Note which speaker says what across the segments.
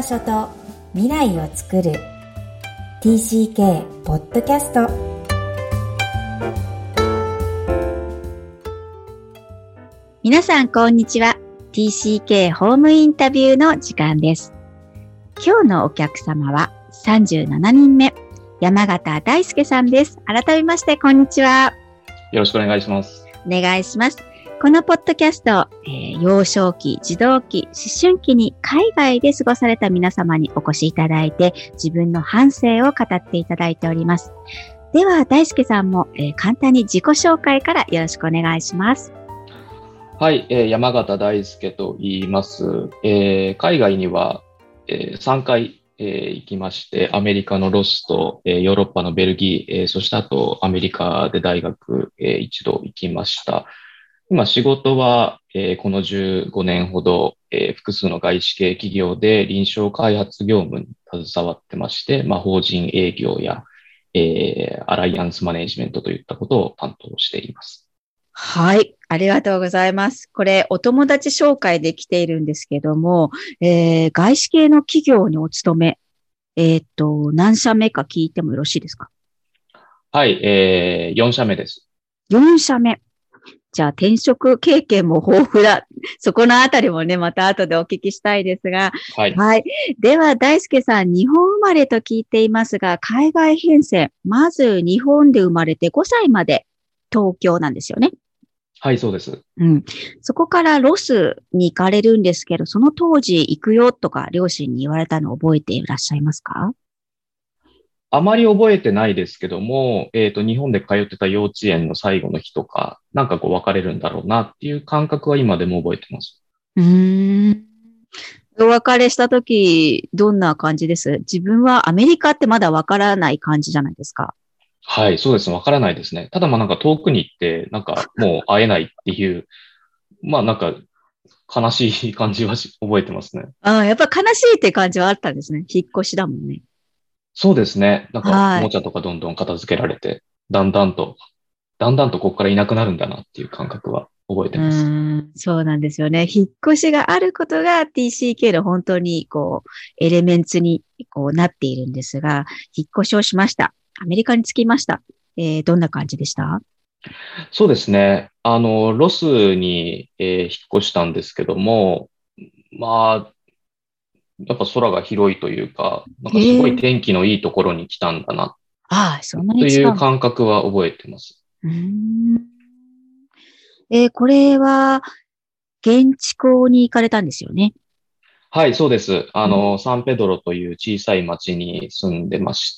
Speaker 1: 場所と未来をつくる TCK ポッドキャスト。皆さんこんにちは。 TCK ホームインタビューの時間です。今日のお客様は37人目、山形大輔さんです。改めましてこんにちは。
Speaker 2: よろしくお願いします。
Speaker 1: お願いします。このポッドキャスト、幼少期、児童期、思春期に海外で過ごされた皆様にお越しいただいて、自分の半生を語っていただいております。では、大輔さんも、簡単に自己紹介からよろしくお願いします。
Speaker 2: はい、山形大輔と言います。海外には、3回、行きまして、アメリカのロスと、ヨーロッパのベルギー、そしてあとアメリカで大学、一度行きました。今仕事は、この15年ほど、複数の外資系企業で臨床開発業務に携わってまして、法人営業や、アライアンスマネジメントといったことを担当しています。
Speaker 1: はい、ありがとうございます。これお友達紹介で来ているんですけども、外資系の企業にお勤め、何社目か聞いてもよろしいですか？
Speaker 2: はい、4社目です。
Speaker 1: 4社目。じゃあ転職経験も豊富だ。そこのあたりもね、また後でお聞きしたいですが。
Speaker 2: はい。
Speaker 1: はい。では、大輔さん、日本生まれと聞いていますが、海外編成。まず、日本で生まれて5歳まで東京なんですよね。
Speaker 2: はい、そうです。
Speaker 1: うん。そこからロスに行かれるんですけど、その当時行くよとか両親に言われたのを覚えていらっしゃいますか？
Speaker 2: あまり覚えてないですけども、日本で通ってた幼稚園の最後の日とか、なんかこう別れるんだろうなっていう感覚は今でも覚えてます。
Speaker 1: お別れしたとき、どんな感じです？自分はアメリカってまだわからない感じじゃないですか。
Speaker 2: はい、そうですね。わからないですね。ただなんか遠くに行って、なんかもう会えないっていう、なんか悲しい感じは覚えてますね。
Speaker 1: ああ、やっぱ悲しいって感じはあったんですね。引っ越しだもんね。
Speaker 2: そうですね。なんかお
Speaker 1: はい。
Speaker 2: もちゃとかどんどん片付けられて、だんだんとここからいなくなるんだなっていう感覚は覚えてます。
Speaker 1: そうなんですよね。引っ越しがあることが TCK の本当にエレメンツになっているんですが、引っ越しをしました。アメリカに着きました。どんな感じでした？
Speaker 2: そうですね。ロスに、引っ越したんですけども、まあ、やっぱ空が広いというか、なんかすごい
Speaker 1: ええ、
Speaker 2: 天気のいいところに来たんだな、
Speaker 1: ああ、そんなに
Speaker 2: という
Speaker 1: 違うんだ。
Speaker 2: 感覚は覚えてます。
Speaker 1: うーん。これは、現地校に行かれたんですよね。
Speaker 2: はい、そうです。
Speaker 1: うん。
Speaker 2: サンペドロという小さい町に住んでまして、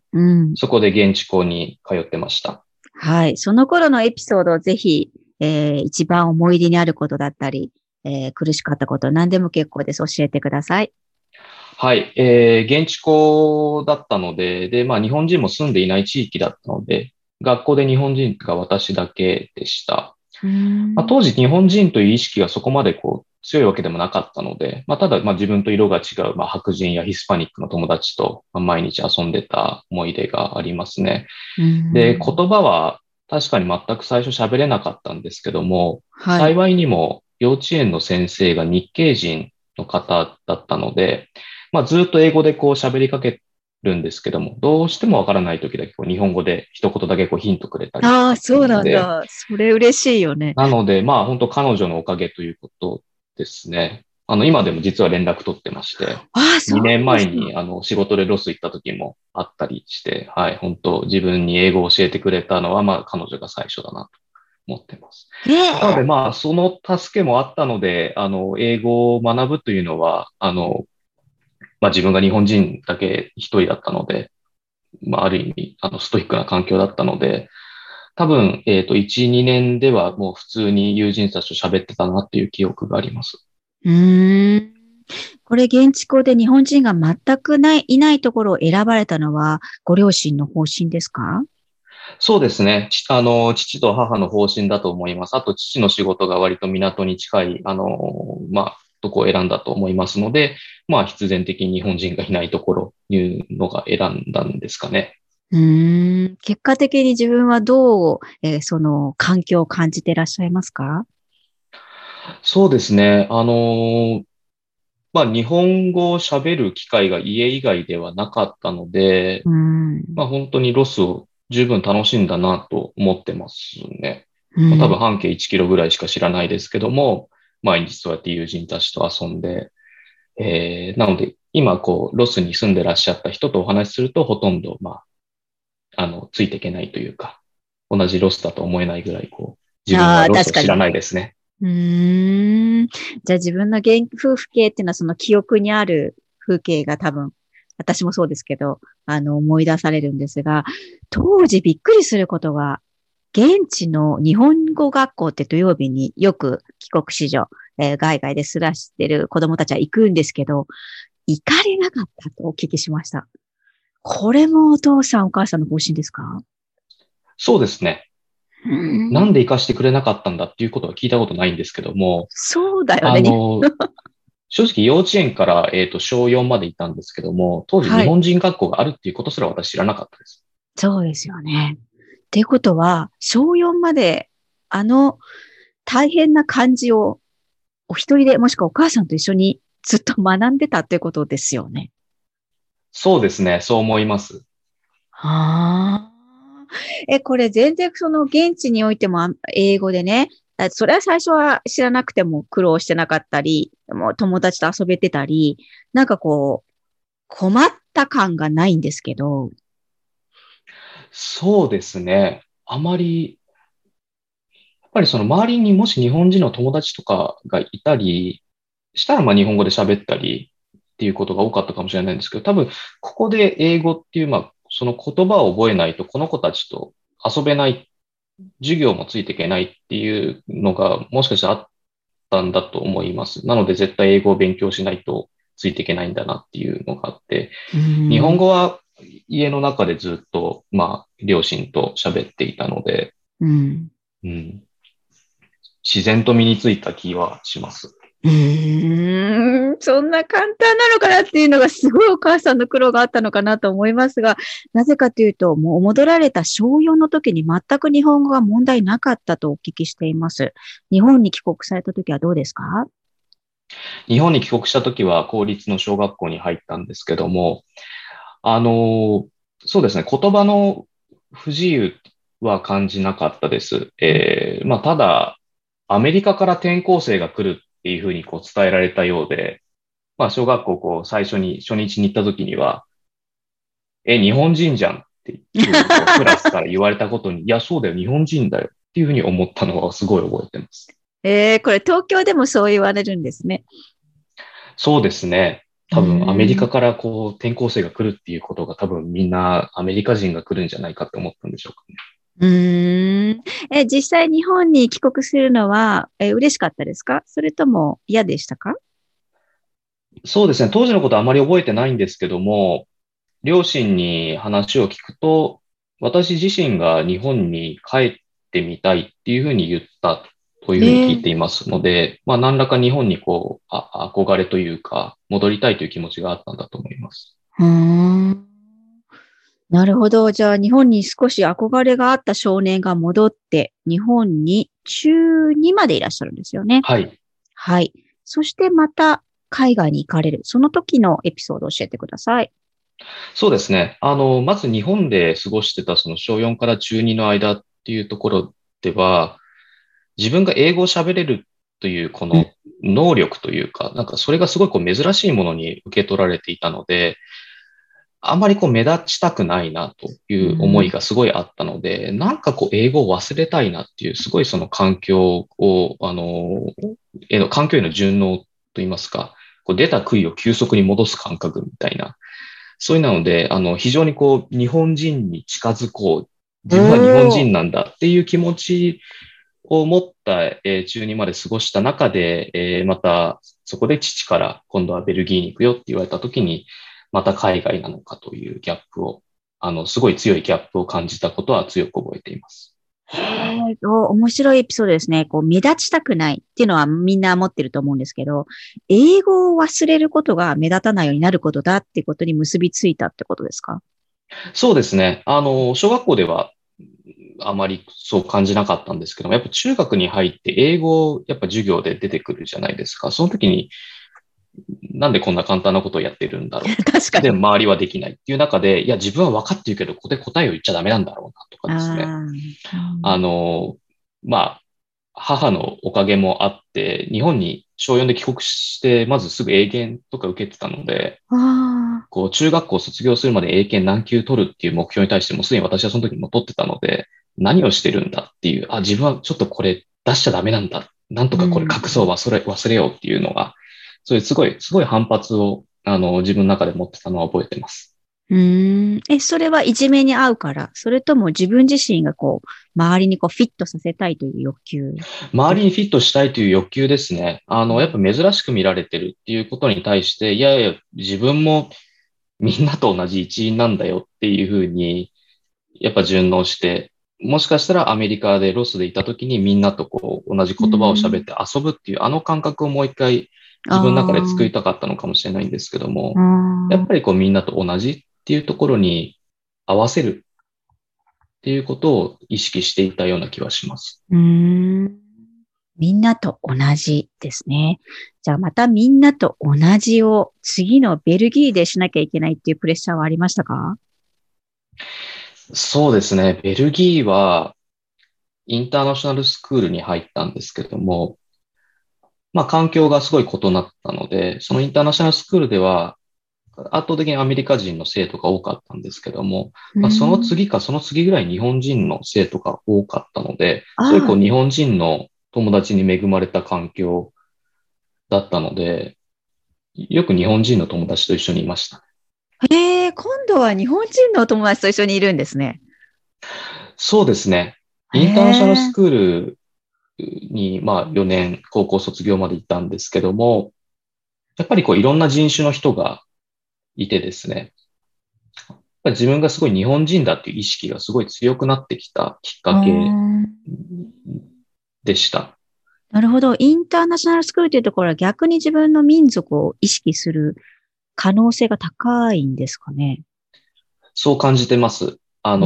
Speaker 1: うん。
Speaker 2: そこで現地校に通ってました。
Speaker 1: はい。その頃のエピソードをぜひ、一番思い出にあることだったり、苦しかったこと、何でも結構です。教えてください。
Speaker 2: はい、現地校だったので、日本人も住んでいない地域だったので、学校で日本人が私だけでした。
Speaker 1: うーん。
Speaker 2: 当時日本人という意識がそこまで強いわけでもなかったので、ただ自分と色が違う、白人やヒスパニックの友達と、毎日遊んでた思い出がありますね。
Speaker 1: うー
Speaker 2: で、
Speaker 1: ん。
Speaker 2: 言葉は確かに全く最初喋れなかったんですけども、
Speaker 1: はい。
Speaker 2: 幸いにも幼稚園の先生が日系人の方だったので、ずっと英語で喋りかけるんですけども、どうしてもわからない時だけ日本語で一言だけヒントくれたりと
Speaker 1: ああ、
Speaker 2: かって
Speaker 1: そう
Speaker 2: いうので、
Speaker 1: なんだ。それ嬉しいよね。
Speaker 2: なので、本当彼女のおかげということですね。今でも実は連絡取ってまして、
Speaker 1: ああ、そう
Speaker 2: 2
Speaker 1: なんですか。
Speaker 2: 年前に仕事でロス行った時もあったりして、はい、本当自分に英語を教えてくれたのは、彼女が最初だなと思ってます。
Speaker 1: え
Speaker 2: なので、
Speaker 1: え。
Speaker 2: その助けもあったので、英語を学ぶというのは、自分が日本人だけ一人だったので、ある意味、ストイックな環境だったので、多分、1、2年ではもう普通に友人たちと喋ってたなっていう記憶があります。
Speaker 1: うーん。これ現地校で日本人が全くいないところを選ばれたのは、ご両親の方針ですか？
Speaker 2: そうですね。父と母の方針だと思います。あと、父の仕事が割と港に近い、とこを選んだと思いますので、必然的に日本人がいないところいうのが選んだんですかね。
Speaker 1: 結果的に自分はどう、その環境を感じていらっしゃいますか？
Speaker 2: そうですね。 日本語を喋る機会が家以外ではなかったので、
Speaker 1: うん。
Speaker 2: 本当にロスを十分楽しんだなと思ってますね。多分
Speaker 1: うん。
Speaker 2: 半径1キロぐらいしか知らないですけども、毎日そうやって友人たちと遊んで、なので、今、ロスに住んでらっしゃった人とお話しすると、ほとんど、ついていけないというか、同じロスだと思えないぐらい、自分
Speaker 1: ああ、
Speaker 2: はロス
Speaker 1: 確かに。
Speaker 2: を知らないですね。
Speaker 1: うーん。じゃあ自分の原風景っていうのはその記憶にある風景が多分、私もそうですけど、思い出されるんですが、当時びっくりすることが、現地の日本語学校って土曜日によく帰国子女、海外で過ごしてる子供たちは行くんですけど、行かれなかったとお聞きしました。これもお父さんお母さんの方針ですか？
Speaker 2: そうですね。
Speaker 1: うーん。
Speaker 2: なんで活かしてくれなかったんだっていうことは聞いたことないんですけども、
Speaker 1: そうだよ
Speaker 2: あ
Speaker 1: ね。
Speaker 2: の、正直幼稚園から、小4までいたんですけども、当時日
Speaker 1: はい。
Speaker 2: 本人学校があるっていうことすら私知らなかったです。
Speaker 1: そうですよね。っていうことは、小4まで、あの大変な漢字をお一人で、もしくはお母さんと一緒にずっと学んでたっていうことですよね。
Speaker 2: そうですね。そう思います。
Speaker 1: はあ。これ全然その現地においても英語でね、それは最初は知らなくても苦労してなかったり、もう友達と遊べてたり、なんか困った感がないんですけど、
Speaker 2: そうですね。あまり、やっぱりその周りにもし日本人の友達とかがいたりしたら、日本語で喋ったりっていうことが多かったかもしれないんですけど、多分、ここで英語っていう、その言葉を覚えないと、この子たちと遊べない、授業もついていけないっていうのが、もしかしたらあったんだと思います。なので、絶対英語を勉強しないとついていけないんだなっていうのがあって、
Speaker 1: う
Speaker 2: 日本
Speaker 1: ん、
Speaker 2: 語は家の中でずっと、両親と喋っていたので、
Speaker 1: うん。
Speaker 2: うん、自然と身についた気はします。
Speaker 1: そんな簡単なのかなっていうのがすごいお母さんの苦労があったのかなと思いますが、なぜかというと、もう戻られた小4の時に全く日本語が問題なかったとお聞きしています。日本に帰国された時はどうですか？
Speaker 2: 日本に帰国した時は公立の小学校に入ったんですけども、あの、そうですね、言葉の不自由は感じなかったです。ただ、アメリカから転校生が来るっていうふうに伝えられたようで、小学校最初に初日に行った時には、日本人じゃんっていうふうにクラスから言われたことに、いや、そうだよ、日本人だよっていうふうに思ったのはすごい覚えてます。
Speaker 1: これ東京でもそう言われるんですね。
Speaker 2: そうですね。
Speaker 1: う
Speaker 2: 多分アメリ
Speaker 1: ーん。
Speaker 2: カから転校生が来るっていうことが多分みんなアメリカ人が来るんじゃないかって思ったんでしょうかね。
Speaker 1: うーん。実際日本に帰国するのは、嬉しかったですか？それとも嫌でしたか？
Speaker 2: そうですね。当時のことはあまり覚えてないんですけども、両親に話を聞くと、私自身が日本に帰ってみたいっていうふうに言ったというふうに聞い
Speaker 1: ええ。
Speaker 2: ていますので、何らか日本に憧れというか、戻りたいという気持ちがあったんだと思います。
Speaker 1: うーん。なるほど。じゃあ、日本に少し憧れがあった少年が戻って、日本に中2までいらっしゃるんですよね。
Speaker 2: はい。
Speaker 1: はい。そしてまた海外に行かれる。その時のエピソードを教えてください。
Speaker 2: そうですね。まず日本で過ごしてたその小4から中2の間っていうところでは、自分が英語を喋れるというこ
Speaker 1: うん。
Speaker 2: の能力というか、なんかそれがすごい珍しいものに受け取られていたので、あまり目立ちたくないなという思いがすごいあったので、なんか英語を忘れたいなっていう、すごいその環境を、環境への順応といいますか、出た杭を急速に戻す感覚みたいな、そういうなので、非常に日本人に近づこう。
Speaker 1: お
Speaker 2: 自分は日本人
Speaker 1: ー。
Speaker 2: なんだっていう気持ちを持った、中2まで過ごした中で、またそこで父から今度はベルギーに行くよって言われた時に、また海外なのかというギャップを、すごい強いギャップを感じたことは強く覚えています。
Speaker 1: 面白いエピソードですね。目立ちたくないっていうのはみんな持ってると思うんですけど、英語を忘れることが目立たないようになることだっていうことに結びついたってことですか？
Speaker 2: そうですね。小学校ではあまりそう感じなかったんですけども、やっぱ中学に入って英語、やっぱ授業で出てくるじゃないですか。その時になんでこんな簡単なことをやってるんだろうと。で、
Speaker 1: 確かに。
Speaker 2: 周りはできないっていう中で、いや、自分は分かってるけど、ここで答えを言っちゃダメなんだろうなとか
Speaker 1: あ
Speaker 2: ですね。
Speaker 1: あ、う
Speaker 2: あ
Speaker 1: ん、
Speaker 2: の、まあ、母のおかげもあって、日本に小4で帰国して、まずすぐ英検とか受けてたので、
Speaker 1: あ
Speaker 2: こう、中学校卒業するまで英検何級取るっていう目標に対しても、すでに私はその時にも取ってたので、何をしてるんだっていう、あ、自分はちょっとこれ出しちゃダメなんだ。なんと
Speaker 1: あ、う
Speaker 2: かこれ
Speaker 1: ん。
Speaker 2: 隠そう、忘れようっていうのが、そういうすごい反発を、自分の中で持ってたのは覚えてます。
Speaker 1: それはいじめに合うから、それとも自分自身が周りにフィットさせたいという欲求です。
Speaker 2: 周りにフィットしたいという欲求ですね。やっぱ珍しく見られてるっていうことに対して、いやいや、自分もみんなと同じ一員なんだよっていうふうに、やっぱ順応して、もしかしたらアメリカでロスでいた時にみんなと同じ
Speaker 1: う
Speaker 2: 言葉を喋っ
Speaker 1: ん。
Speaker 2: て遊ぶっていうあの感覚をもう一回自分の中で作り
Speaker 1: あ
Speaker 2: たかったのかもしれないんですけど
Speaker 1: あ、
Speaker 2: も、やっ
Speaker 1: ああ、
Speaker 2: ぱりみんなと同じっていうところに合わせるっていうことを意識していたような気はします。
Speaker 1: うーん。みんなと同じですね。じゃあまたみんなと同じを次のベルギーでしなきゃいけないっていうプレッシャーはありましたか？
Speaker 2: そうですね。ベルギーはインターナショナルスクールに入ったんですけども、まあ環境がすごい異なったので、そのインターナショナルスクールでは圧倒的にアメリカ人の生徒が多かったんですけども、
Speaker 1: うー
Speaker 2: まあ、その
Speaker 1: ん。
Speaker 2: 次かその次ぐらい日本人の生徒が多かったので、そういう
Speaker 1: あ
Speaker 2: 日本人の友達に恵まれた環境だったので、よく日本人の友達と一緒にいました。
Speaker 1: あ、へえ、今度は日本人のお友達と一緒にいるんですね。
Speaker 2: そうですね。
Speaker 1: へ
Speaker 2: インターナショナルス
Speaker 1: え。
Speaker 2: クールに、まあ4年、高校卒業まで行ったんですけども、やっぱりいろんな人種の人がいてですね、やっぱり自分がすごい日本人だっていう意識がすごい強くなってきたきっ
Speaker 1: あ
Speaker 2: かけ
Speaker 1: ー、
Speaker 2: でした。
Speaker 1: なるほど。インターナショナルスクールというところは逆に自分の民族を意識する可能性が高いんですかね。
Speaker 2: そう感じてます。
Speaker 1: うん。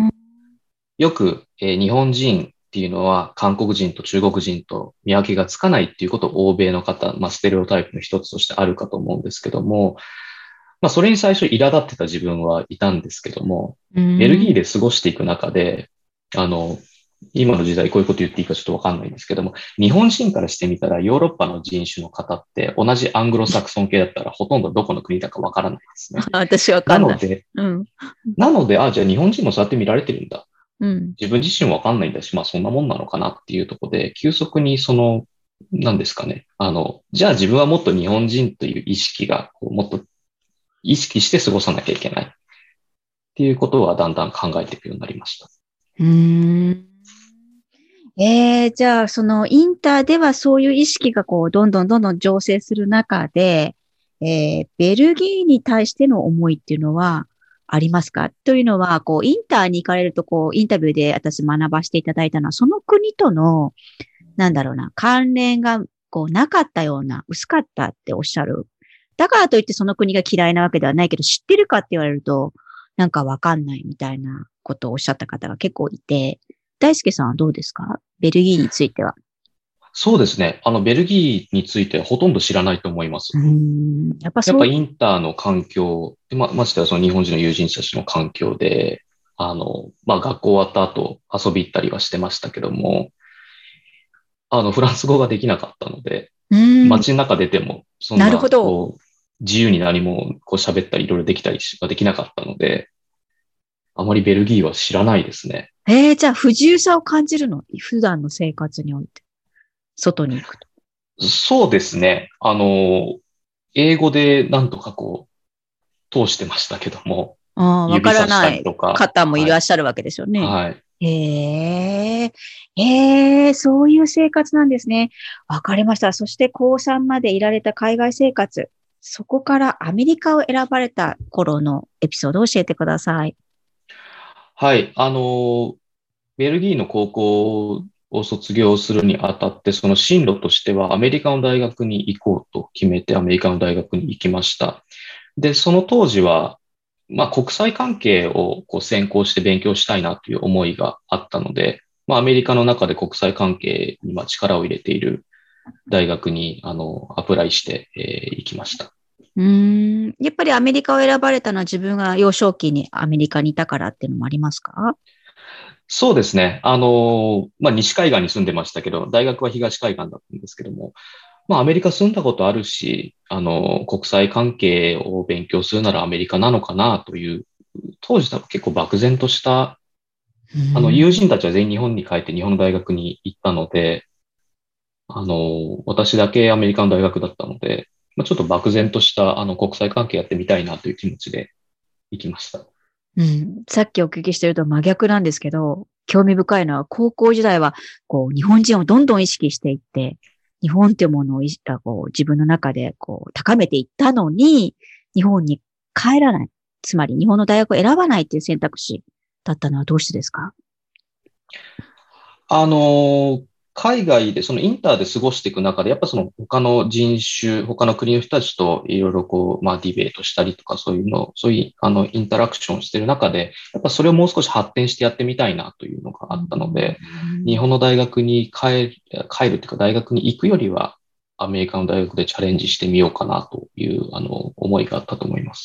Speaker 2: よく、日本人っていうのは韓国人と中国人と見分けがつかないっていうことを欧米の方、まあ、ステレオタイプの一つとしてあるかと思うんですけども、まあ、それに最初苛立ってた自分はいたんですけども、
Speaker 1: う
Speaker 2: ベルギー
Speaker 1: ん。
Speaker 2: で過ごしていく中で、あの、今の時代こういうこと言っていいかちょっとわかんないんですけども、日本人からしてみたらヨーロッパの人種の方って同じアングロサクソン系だったらほとんどどこの国だかわからないですね。
Speaker 1: 私わかんない。
Speaker 2: なので、
Speaker 1: うん。
Speaker 2: じゃあ日本人もそうやって見られてるんだ。
Speaker 1: うん。
Speaker 2: 自分自身わかんないんだし、まあそんなもんなのかなっていうところで、急速になんですかね。じゃあ自分はもっと日本人という意識が、もっと意識して過ごさなきゃいけないっていうことはだんだん考えていくようになりました。
Speaker 1: うーん。じゃあ、そのインターではそういう意識がどんどんどんどん醸成する中で、ベルギーに対しての思いっていうのはありますか？というのは、インターに行かれると、インタビューで私学ばせていただいたのは、その国との、なんだろうな、関連が、なかったような、薄かったっておっしゃる。だからといってその国が嫌いなわけではないけど、知ってるかって言われると、なんかわかんないみたいなことをおっしゃった方が結構いて、大輔さんはどうですか？ベルギーについては。
Speaker 2: そうですね。ベルギーについてほとんど知らないと思いま
Speaker 1: うー
Speaker 2: す。
Speaker 1: ん、やっぱそう、
Speaker 2: やっぱインターの環境、ましてはその日本人の友人たちの環境で、まあ学校終わった後遊び行ったりはしてましたけども、フランス語ができなかったので、
Speaker 1: うーん、
Speaker 2: 街の中出ても、そん
Speaker 1: なるほ
Speaker 2: な、
Speaker 1: ど。
Speaker 2: 自由に何も喋ったりいろいろできたりはできなかったので、あまりベルギーは知らないですね。
Speaker 1: じゃあ不自由さを感じるの？普段の生活において。外に行くと。
Speaker 2: そうですね。英語でなんとか通してましたけども、
Speaker 1: ああ、わか
Speaker 2: 指さしたり
Speaker 1: らない
Speaker 2: とか、
Speaker 1: 方もい
Speaker 2: はい。
Speaker 1: らっしゃるわけですよね。
Speaker 2: はい。
Speaker 1: へえ、そういう生活なんですね。わかりました。そして高3までいられた海外生活。そこからアメリカを選ばれた頃のエピソードを教えてください。
Speaker 2: はい。ベルギーの高校を卒業するにあたって、その進路としてはアメリカの大学に行こうと決めてアメリカの大学に行きました。で、その当時は、まあ国際関係を専攻して勉強したいなという思いがあったので、まあアメリカの中で国際関係に力を入れている大学に、アプライして、行きました。
Speaker 1: やっぱりアメリカを選ばれたのは自分が幼少期にアメリカにいたからっていうのもありますか？
Speaker 2: そうですね。西海岸に住んでましたけど、大学は東海岸だったんですけども、アメリカ住んだことあるし、国際関係を勉強するならアメリカなのかなという、当時多分結構漠然とした、友人たちは全員日本に帰って日本の大学に行ったので、私だけアメリカの大学だったので、ちょっと漠然とした、国際関係やってみたいなという気持ちで行きました。
Speaker 1: さっきお聞きしてると真逆なんですけど、興味深いのは高校時代は日本人をどんどん意識していって、日本っていうものを自分の中で高めていったのに、日本に帰らない。つまり日本の大学を選ばないっていう選択肢だったのはどうしてですか？
Speaker 2: あの、海外で、そのインターで過ごしていく中で、やっぱその他の人種、他の国の人たちといろいろディベートしたりとか、そういう、インタラクションしてる中で、やっぱそれをもう少し発展してやってみたいなというのがあったので、日本の大学に帰るっていうか、大学に行くよりは、アメリカの大学でチャレンジしてみようかなという、思いがあったと思います。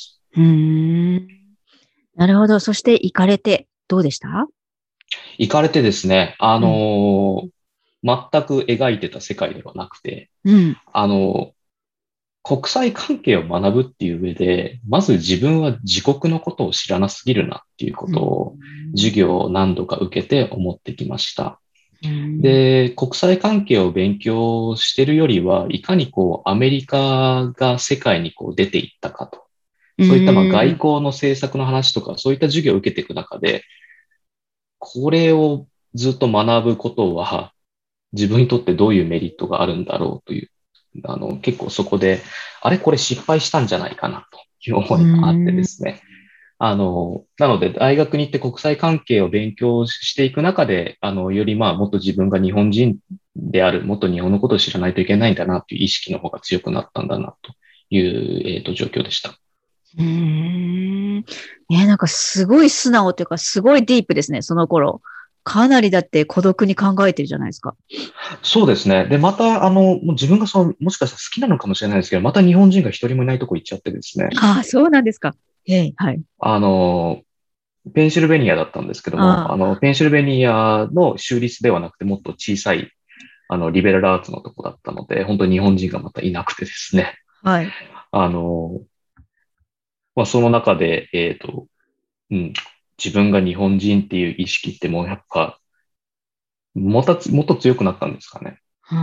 Speaker 1: なるほど。そして行かれてどうでした？
Speaker 2: 行かれてですね、全く描いてた世界ではなくて、あの、国際関係を学ぶっていう上で、まず自分は自国のことを知らなすぎるなっていうことを、授業を何度か受けて思ってきました。で、国際関係を勉強してるよりは、いかにアメリカが世界に出ていったかと。そういった外交の政策の話とか、そういった授業を受けていく中で、これをずっと学ぶことは、自分にとってどういうメリットがあるんだろうという、結構そこで、あれこれ失敗したんじゃないかなという思いがあってですね。なので大学に行って国際関係を勉強していく中で、よりもっと自分が日本人である、もっと日本のことを知らないといけないんだなという意識の方が強くなったんだなという、状況でした。
Speaker 1: なんかすごい素直というか、すごいディープですね、その頃。かなりだって孤独に考えてるじゃないですか。
Speaker 2: そうですね。で、また、もう自分がもしかしたら好きなのかもしれないですけど、また日本人が一人もいないとこ行っちゃってですね。
Speaker 1: ああ、そうなんですか。はい。
Speaker 2: ペンシルベニアだったんですけども、ペンシルベニアの州立ではなくてもっと小さい、リベラルアーツのとこだったので、本当に日本人がまたいなくてですね。
Speaker 1: はい。
Speaker 2: その中で、自分が日本人っていう意識ってもうやっぱ、もっと強くなったんですかね。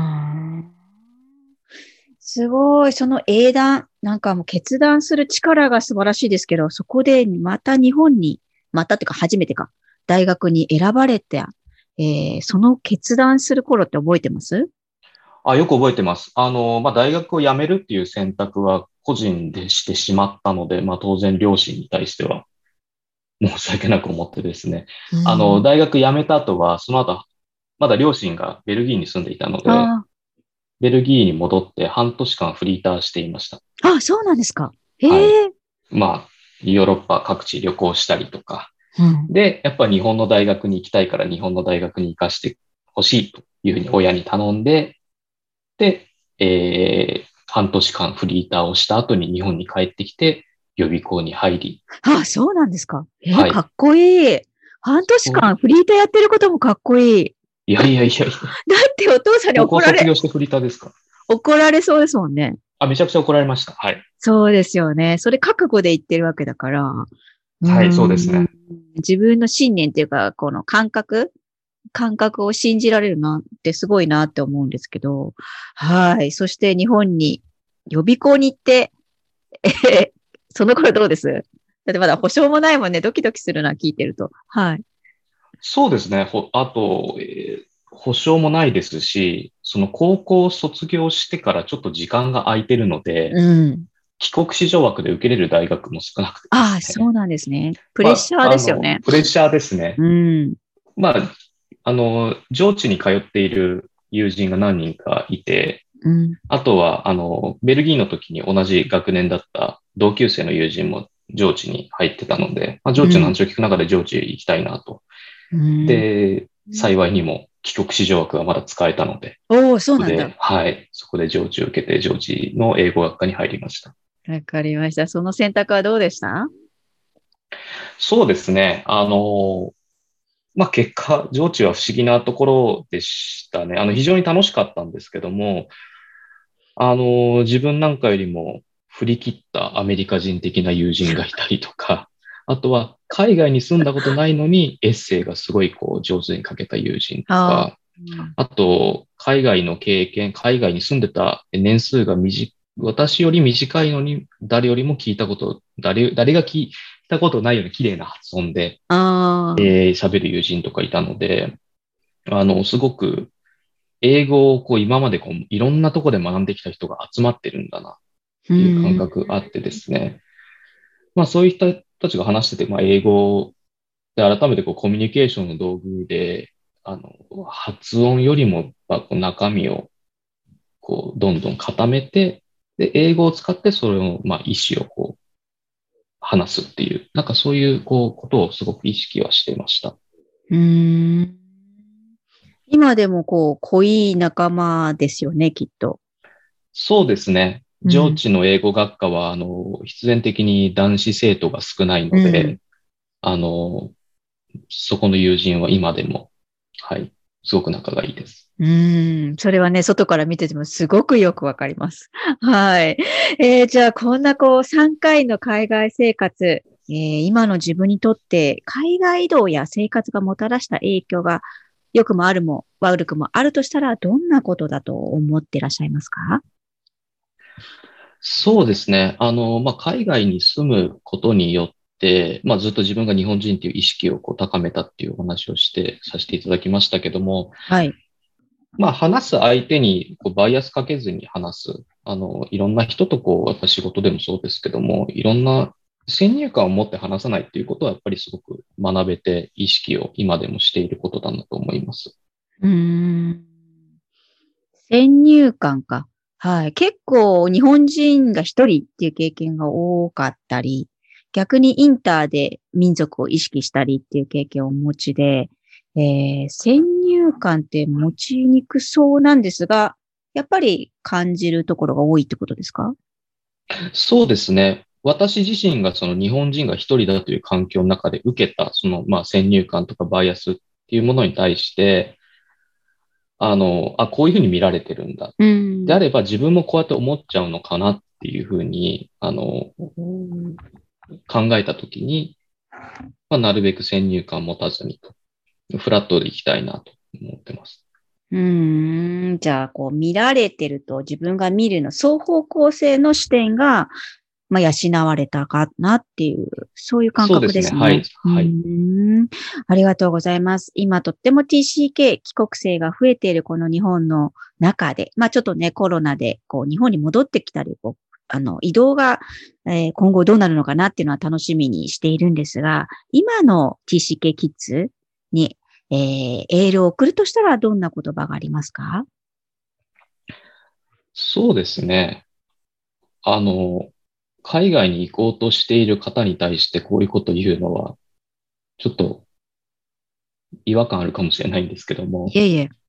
Speaker 1: すごい、その英断、なんかもう決断する力が素晴らしいですけど、そこでまた日本に、またっていうか初めてか、大学に選ばれて、その決断する頃って覚えてます？
Speaker 2: よく覚えてます。大学を辞めるっていう選択は個人でしてしまったので、当然両親に対しては申し訳なく思ってですね。大学辞めた後は、その後、まだ両親がベルギーに住んでいたので、ベルギーに戻って半年間フリーターしていました。
Speaker 1: あ、そうなんですか。
Speaker 2: はい。ヨーロッパ各地旅行したりとか。で、やっぱ日本の大学に行きたいから日本の大学に行かしてほしいというふうに親に頼んで、で、半年間フリーターをした後に日本に帰ってきて、予備校に入り。
Speaker 1: あ、そうなんですか。かっこいい。半年間フリーターやってることもかっこいい。
Speaker 2: いや。だ
Speaker 1: ってお父さんに怒られ。
Speaker 2: 高校卒業してフリーターですか？
Speaker 1: 怒られそうですもんね。
Speaker 2: めちゃくちゃ怒られました。はい。
Speaker 1: そうですよね。それ覚悟で言ってるわけだから。
Speaker 2: はい、そうですね。
Speaker 1: 自分の信念っていうか、この感覚を信じられるなってすごいなって思うんですけど。はい。そして日本に予備校に行って、その頃どうです？だってまだ保証もないもんね。ドキドキするな、聞いてると。はい。
Speaker 2: そうですね。あと、保証もないですし、その高校を卒業してからちょっと時間が空いてるので、帰国子女枠で受けれる大学も少なくてですね。
Speaker 1: そうなんですね。プレッシャーですよね。
Speaker 2: プレッシャーですね。上智に通っている友人が何人かいて、あとは、ベルギーの時に同じ学年だった同級生の友人も上智に入ってたので、上智の話を聞く中で上智へ行きたいなと。で、幸いにも帰国子女枠がまだ使えたので、
Speaker 1: おー、そう
Speaker 2: そこで、
Speaker 1: なんだ。
Speaker 2: はい、そこで上智を受けて、上智の英語学科に入りました。
Speaker 1: わかりました。その選択はどうでした？
Speaker 2: そうですね。結果、上智は不思議なところでしたね。非常に楽しかったんですけども、自分なんかよりも振り切ったアメリカ人的な友人がいたりとか、あとは海外に住んだことないのにエッセイがすごい上手に書けた友人と
Speaker 1: ああ、
Speaker 2: か、あと、海外の経験、海外に住んでた年数が私より短いのに、誰が聞いたことないような綺麗な発音で、
Speaker 1: ああ、
Speaker 2: 喋る友人とかいたので、すごく英語を今までいろんなとこで学んできた人が集まってるんだなっていう感
Speaker 1: うん、
Speaker 2: 覚があってですね。そういう人たちが話してて、英語で改めてコミュニケーションの道具で、発音よりも、中身をどんどん固めて、で、英語を使ってそれを、意思を話すっていう、なんかそういう、ことをすごく意識はしていました。
Speaker 1: うん。今でも濃い仲間ですよね、きっと。
Speaker 2: そうですね。
Speaker 1: うん、
Speaker 2: 上智の英語学科は、必然的に男子生徒が少ない
Speaker 1: うん、
Speaker 2: ので、あの、そこの友人は今でも、はい、すごく仲がいいです。
Speaker 1: うん。それはね、外から見ててもすごくよくわかります。はい。じゃあ、こんな3回の海外生活、今の自分にとって海外移動や生活がもたらした影響が良くもあるも悪くもあるとしたら、どんなことだと思っていらっしゃいますか？
Speaker 2: そうですね。海外に住むことによって、ずっと自分が日本人っていう意識を高めたっていうお話をさせていただきましたけども、
Speaker 1: はい。
Speaker 2: 話す相手にバイアスかけずに話す。いろんな人とやっぱ仕事でもそうですけども、いろんな先入観を持って話さないっていうことはやっぱりすごく学べて意識を今でもしていることだなと思います。
Speaker 1: うーん。先入観か。はい。結構日本人が一人っていう経験が多かったり、逆にインターで民族を意識したりっていう経験をお持ちで、先入観って持ちにくそうなんですが、やっぱり感じるところが多いってことですか？
Speaker 2: そうですね。私自身がその日本人が一人だという環境の中で受けた、先入観とかバイアスっていうものに対して、こういうふうに見られてるんだ。
Speaker 1: うん。
Speaker 2: であれば自分もこうやって思っちゃうのかなっていうふうに、考えたときに、なるべく先入観を持たずにフラットでいきたいなと思ってます。
Speaker 1: じゃあ、見られてると自分が見るの、双方向性の視点が、養われたかなっていう、そういう感覚
Speaker 2: そうですね。はい。
Speaker 1: ですね。
Speaker 2: はい。
Speaker 1: ありがとうございます。今とっても TCK 帰国生が増えているこの日本の中で、ちょっとね、コロナで、日本に戻ってきたり、移動が、今後どうなるのかなっていうのは楽しみにしているんですが、今の TCK キッズに、エールを送るとしたらどんな言葉がありますか？
Speaker 2: そうですね。あの、海外に行こうとしている方に対してこういうことを言うのは、ちょっと違和感あるかもしれないんですけども、
Speaker 1: いえいえ。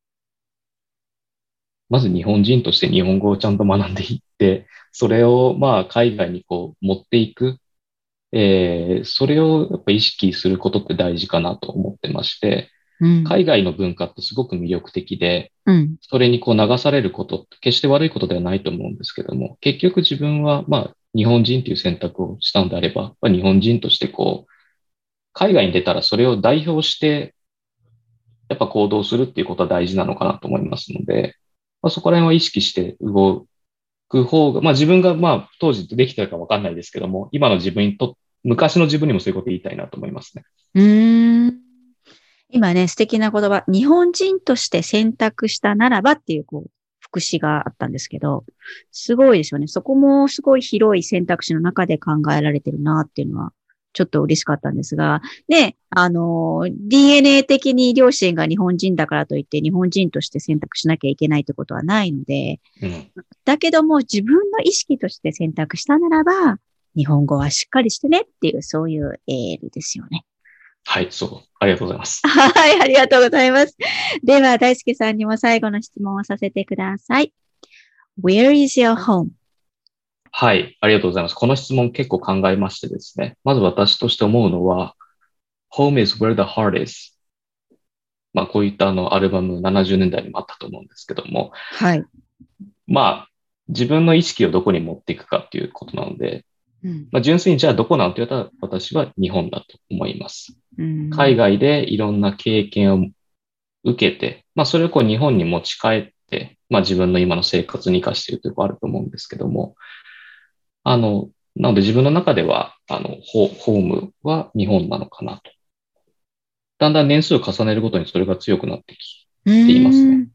Speaker 2: まず日本人として日本語をちゃんと学んでいって、それを海外に持っていく、それをやっぱ意識することって大事かなと思ってまして、
Speaker 1: うん。
Speaker 2: 海外の文化ってすごく魅力的で、
Speaker 1: うん。
Speaker 2: それに流されることって決して悪いことではないと思うんですけども、結局自分は日本人という選択をしたのであれば、日本人として海外に出たらそれを代表してやっぱ行動するっていうことは大事なのかなと思いますので、そこら辺は意識して動く方が、自分が当時できたかわかんないですけども、今の自分に昔の自分にもそういうこと言いたいなと思いますね。
Speaker 1: うーん。今ね、素敵な言葉、日本人として選択したならばっていう、副詞があったんですけど、すごいですよね。そこもすごい広い選択肢の中で考えられてるなっていうのは、ちょっと嬉しかったんですが、ね、DNA 的に両親が日本人だからといって日本人として選択しなきゃいけないってことはないので、
Speaker 2: うん。
Speaker 1: だけども自分の意識として選択したならば、日本語はしっかりしてねっていう、そういうエールですよね。
Speaker 2: はい、そう。ありがとうございます。
Speaker 1: はい、ありがとうございます。では、大輔さんにも最後の質問をさせてください。Where is your home?
Speaker 2: はい、ありがとうございます。この質問結構考えましてですね。まず私として思うのは、Home is where the heart is. まあ、こういったアルバム70年代にもあったと思うんですけども、
Speaker 1: はい。
Speaker 2: まあ、自分の意識をどこに持っていくかっていうことなので、まあ、純粋にじゃあどこなんて言われたら私は日本だと思います。海外でいろんな経験を受けて、まあ、それを日本に持ち帰って、まあ、自分の今の生活に活かしているというところあると思うんですけども、なので自分の中では、ホームは日本なのかなと。だんだん年数を重ねるごとにそれが強くなってきていますね。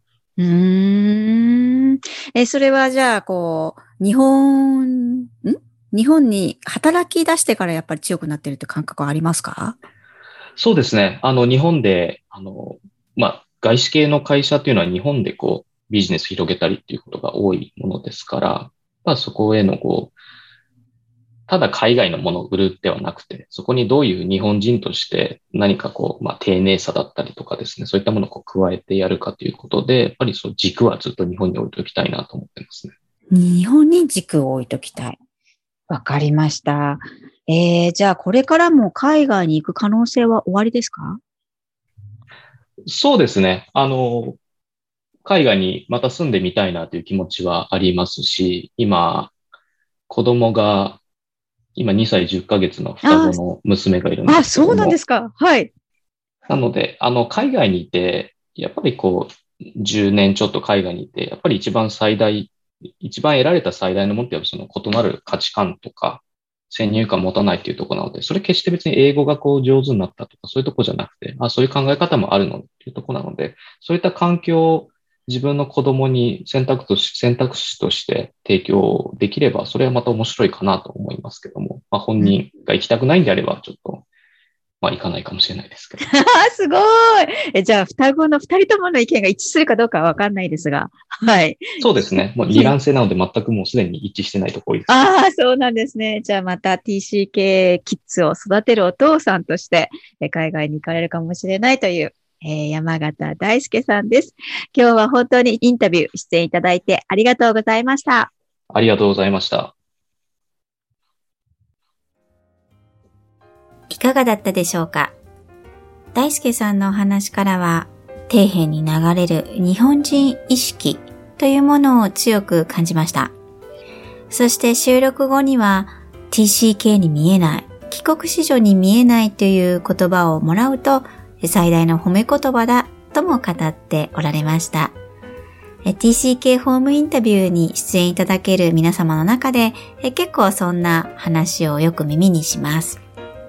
Speaker 1: それはじゃあ、日本に働き出してからやっぱり強くなってるって感覚はありますか？
Speaker 2: そうですね。日本で、まあ、外資系の会社っていうのは日本でビジネス広げたりっていうことが多いものですから、まあ、そこへのただ海外のものを売るではなくて、そこにどういう日本人として何かまあ、丁寧さだったりとかですね、そういったものを加えてやるかということで、やっぱり軸はずっと日本に置いておきたいなと思ってますね。
Speaker 1: 日本に軸を置いときたい。わかりました。じゃあこれからも海外に行く可能性は終わりですか？
Speaker 2: そうですね。海外にまた住んでみたいなという気持ちはありますし、今、子供が、今2歳10ヶ月の双子の娘がいるんですけども。
Speaker 1: そうなんですか。はい。
Speaker 2: なので、海外にいて、やっぱり10年ちょっと海外にいて、やっぱり一番得られた最大のものってその異なる価値観とか、先入観を持たないっていうところなので、それ決して別に英語が上手になったとか、そういうところじゃなくて、そういう考え方もあるのっていうところなので、そういった環境を自分の子供に選択肢として提供できれば、それはまた面白いかなと思いますけども、まあ、本人が行きたくないんであれば、ちょっと、まあ、行かないかもしれないですけど。
Speaker 1: すごい。じゃあ、双子の二人ともの意見が一致するかどうかはわかんないですが。はい。
Speaker 2: そうですね。もう二卵性なので全くもうすでに一致してないところです。
Speaker 1: そうなんですね。じゃあまた TCK キッズを育てるお父さんとして海外に行かれるかもしれないという、山形大輔さんです。今日は本当にインタビュー出演いただいてありがとうございました。
Speaker 2: ありがとうございました。
Speaker 3: いかがだったでしょうか？大輔さんのお話からは、底辺に流れる日本人意識というものを強く感じました。そして収録後には TCK に見えない、帰国子女に見えないという言葉をもらうと最大の褒め言葉だとも語っておられました。TCK ホームインタビューに出演いただける皆様の中で結構そんな話をよく耳にします。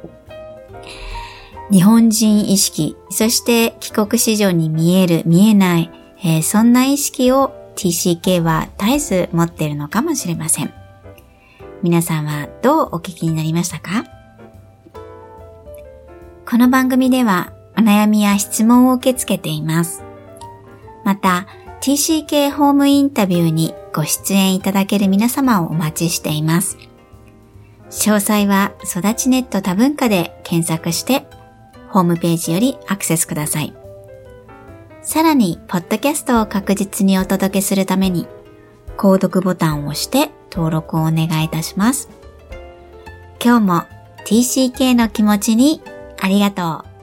Speaker 3: 日本人意識、そして帰国子女に見える、見えない、そんな意識を TCK は絶えず持っているのかもしれません。皆さんはどうお聞きになりましたか？この番組ではお悩みや質問を受け付けています。また、TCK ホームインタビューにご出演いただける皆様をお待ちしています。詳細は育ちネット多文化で検索してホームページよりアクセスください。さらに、ポッドキャストを確実にお届けするために、購読ボタンを押して登録をお願いいたします。今日も TCK の気持ちにありがとう。